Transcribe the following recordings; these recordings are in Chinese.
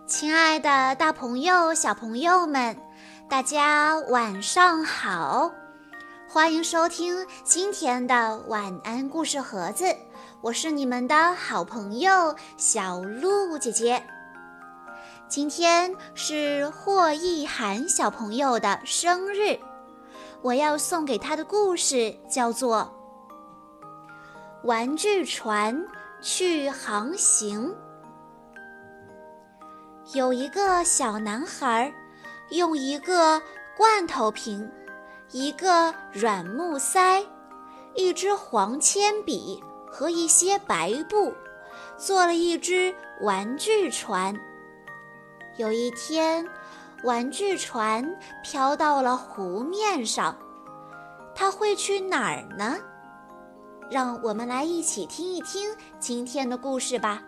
亲爱的大朋友、小朋友们，大家晚上好！欢迎收听今天的晚安故事盒子，我是你们的好朋友小鹿姐姐。今天是霍意涵小朋友的生日，我要送给他的故事叫做《玩具船去航行》。有一个小男孩，用一个罐头瓶、一个软木塞、一支黄铅笔和一些白布，做了一只玩具船。有一天，玩具船飘到了湖面上，它会去哪儿呢？让我们来一起听一听今天的故事吧。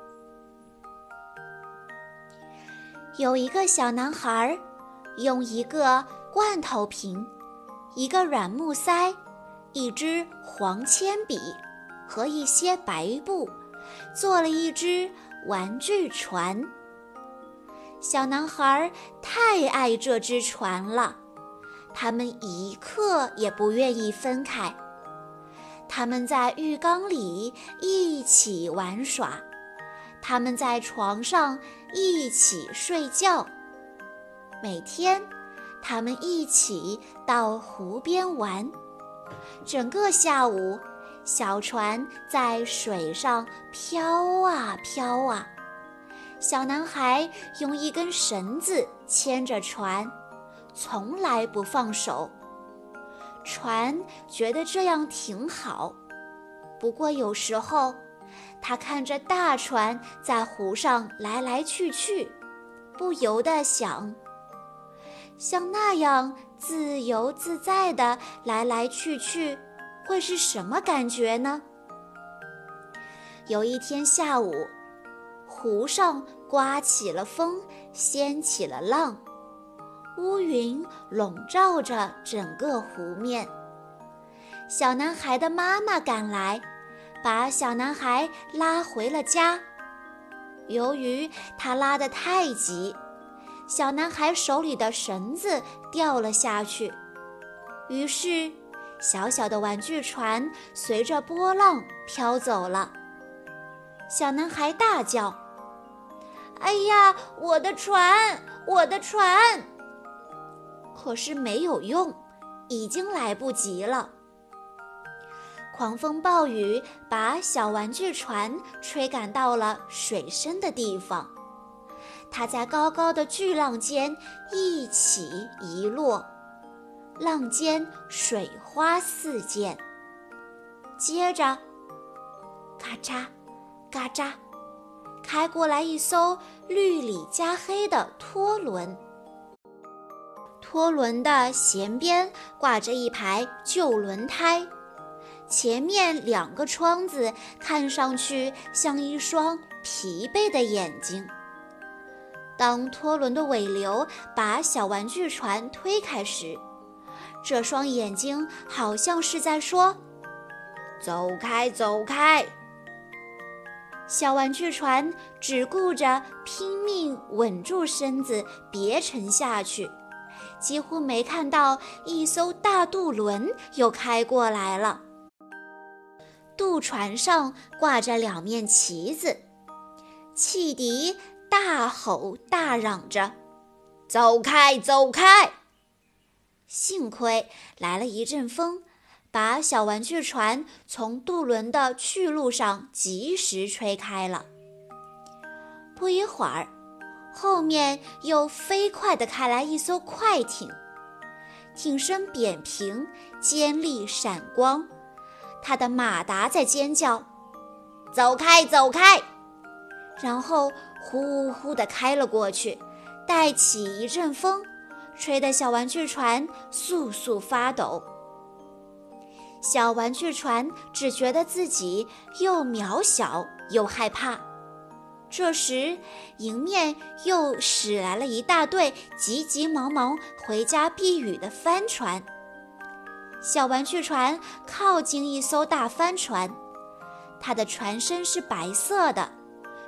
有一个小男孩，用一个罐头瓶、一个软木塞、一支黄铅笔和一些白布，做了一只玩具船。小男孩太爱这只船了，他们一刻也不愿意分开。他们在浴缸里一起玩耍，他们在床上一起睡觉，每天他们一起到湖边玩。整个下午，小船在水上飘啊飘啊，小男孩用一根绳子牵着船，从来不放手。船觉得这样挺好，不过有时候他看着大船在湖上来来去去，不由得想，像那样自由自在地来来去去，会是什么感觉呢？有一天下午，湖上刮起了风，掀起了浪，乌云笼罩着整个湖面。小男孩的妈妈赶来，把小男孩拉回了家。由于他拉得太急，小男孩手里的绳子掉了下去，于是小小的玩具船随着波浪飘走了。小男孩大叫：哎呀，我的船，我的船！可是没有用，已经来不及了。狂风暴雨把小玩具船吹赶到了水深的地方，它在高高的巨浪间一起一落，浪尖水花四溅。接着，咔嚓咔嚓，开过来一艘绿里加黑的拖轮。拖轮的舷边挂着一排旧轮胎，前面两个窗子看上去像一双疲惫的眼睛。当拖轮的尾流把小玩具船推开时，这双眼睛好像是在说：走开，走开！小玩具船只顾着拼命稳住身子，别沉下去，几乎没看到一艘大渡轮又开过来了。渡船上挂着两面旗子，汽笛大吼大嚷着：走开，走开！幸亏来了一阵风，把小玩具船从渡轮的去路上及时吹开了。不一会儿，后面又飞快地开来一艘快艇，艇身扁平，尖利闪光，它的马达在尖叫：走开，走开！然后呼呼地开了过去，带起一阵风，吹得小玩具船簌簌发抖。小玩具船只觉得自己又渺小又害怕。这时，迎面又驶来了一大队急急忙忙回家避雨的帆船。小玩具船靠近一艘大帆船，它的船身是白色的，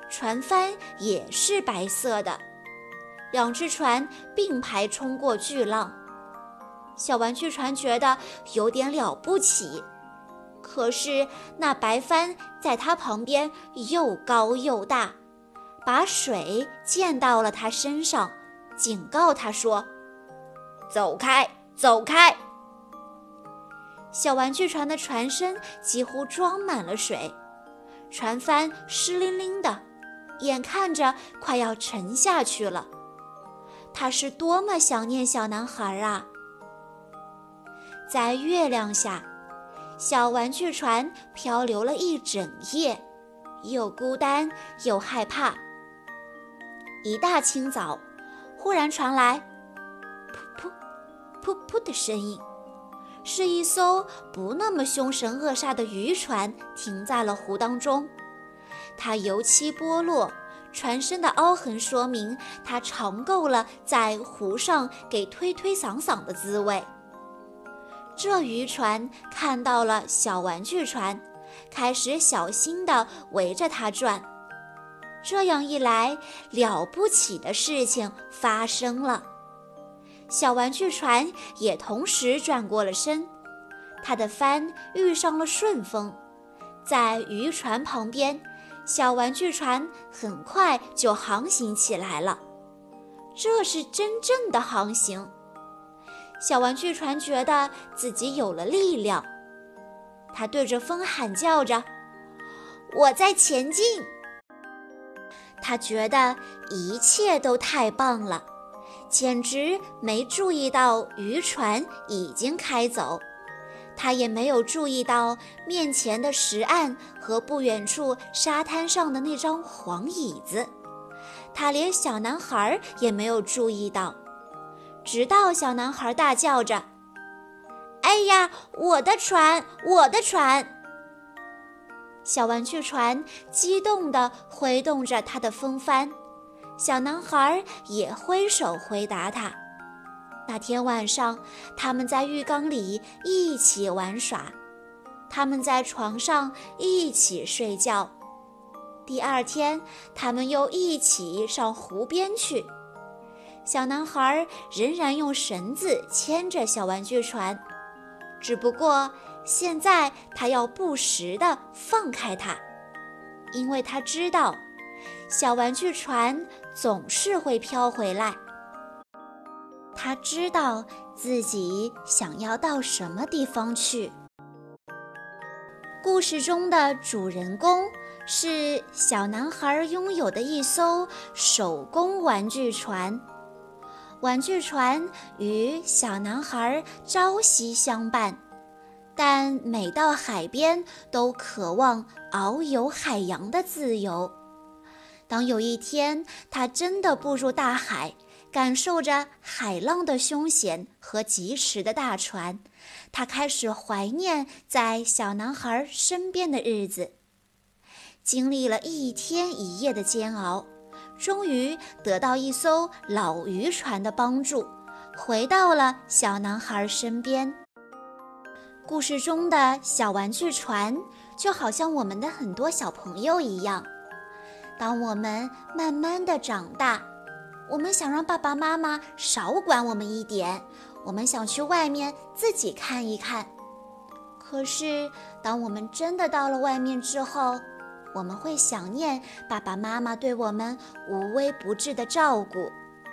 船帆也是白色的。2只船并排冲过巨浪，小玩具船觉得有点了不起，可是那白帆在它旁边又高又大，把水溅到了它身上，警告它说：“走开，走开！”小玩具船的船身几乎装满了水，船帆湿淋淋的，眼看着快要沉下去了。他是多么想念小男孩啊！在月亮下，小玩具船漂流了一整夜，又孤单又害怕。一大清早，忽然传来噗噗噗噗的声音，是一艘不那么凶神恶煞的渔船停在了湖当中。它油漆剥落，船身的凹痕说明它尝够了在湖上给推推搡搡的滋味。这渔船看到了小玩具船，开始小心地围着它转。这样一来，了不起的事情发生了。小玩具船也同时转过了身，它的帆遇上了顺风，在渔船旁边，小玩具船很快就航行起来了。这是真正的航行。小玩具船觉得自己有了力量，它对着风喊叫着：“我在前进！”他觉得一切都太棒了，简直没注意到渔船已经开走。他也没有注意到面前的石岸和不远处沙滩上的那张黄椅子，他连小男孩也没有注意到。直到小男孩大叫着：“哎呀，我的船，我的船！”小玩具船激动地挥动着它的风帆，小男孩也挥手回答他。那天晚上，他们在浴缸里一起玩耍，他们在床上一起睡觉。第二天，他们又一起上湖边去。小男孩仍然用绳子牵着小玩具船，只不过现在他要不时地放开它，因为他知道小玩具船总是会飘回来。他知道自己想要到什么地方去。故事中的主人公是小男孩拥有的一艘手工玩具船。玩具船与小男孩朝夕相伴，但每到海边都渴望遨游海洋的自由。当有一天他真的步入大海，感受着海浪的凶险和疾驰的大船，他开始怀念在小男孩身边的日子。经历了一天一夜的煎熬，终于得到一艘老渔船的帮助，回到了小男孩身边。故事中的小玩具船就好像我们的很多小朋友一样，当我们慢慢的长大，我们想让爸爸妈妈少管我们一点，我们想去外面自己看一看。可是当我们真的到了外面之后，我们会想念爸爸妈妈对我们无微不至的照顾。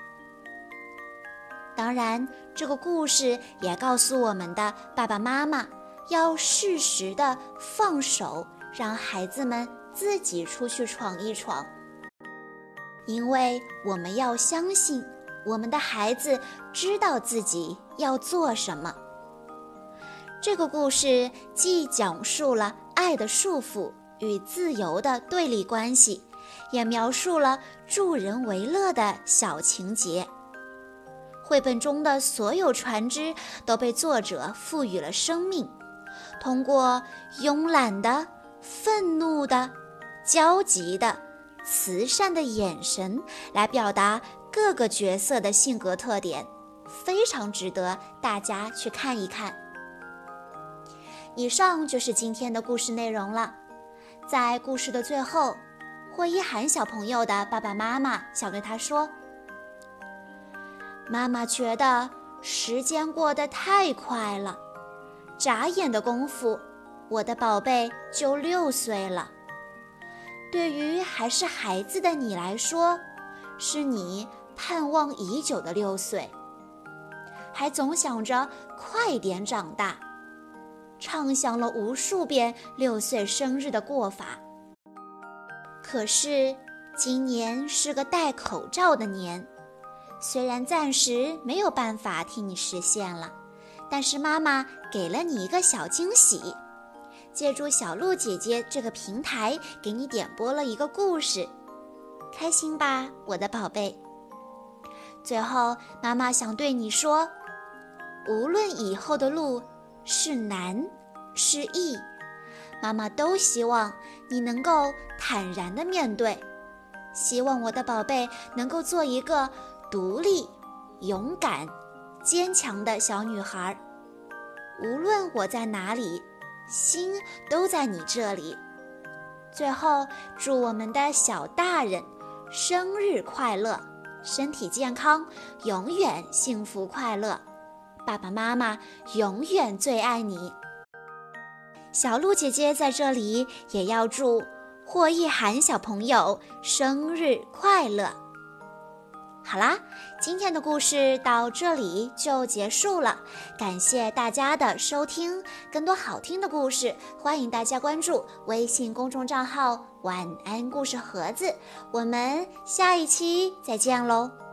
当然，这个故事也告诉我们的爸爸妈妈要适时的放手，让孩子们自己出去闯一闯。因为我们要相信我们的孩子知道自己要做什么。这个故事既讲述了爱的束缚与自由的对立关系，也描述了助人为乐的小情节。绘本中的所有船只都被作者赋予了生命，通过慵懒的、愤怒的、焦急的、慈善的眼神来表达各个角色的性格特点，非常值得大家去看一看。以上就是今天的故事内容了。在故事的最后， 霍一涵小朋友的爸爸妈妈想对他说：妈妈觉得时间过得太快了，眨眼的功夫，我的宝贝就6岁了。对于还是孩子的你来说，是你盼望已久的6岁，还总想着快点长大，畅想了无数遍6岁生日的过法。可是今年是个戴口罩的年，虽然暂时没有办法替你实现了，但是妈妈给了你一个小惊喜，借助小鹿姐姐这个平台给你点播了一个故事，开心吧，我的宝贝？最后，妈妈想对你说，无论以后的路是难是易，妈妈都希望你能够坦然地面对，希望我的宝贝能够做一个独立、勇敢、坚强的小女孩。无论我在哪里，心都在你这里。最后，祝我们的小大人生日快乐，身体健康，永远幸福快乐。爸爸妈妈永远最爱你。小鹿姐姐在这里也要祝霍一涵小朋友生日快乐。好啦，今天的故事到这里就结束了，感谢大家的收听。更多好听的故事，欢迎大家关注微信公众账号晚安故事盒子。我们下一期再见喽。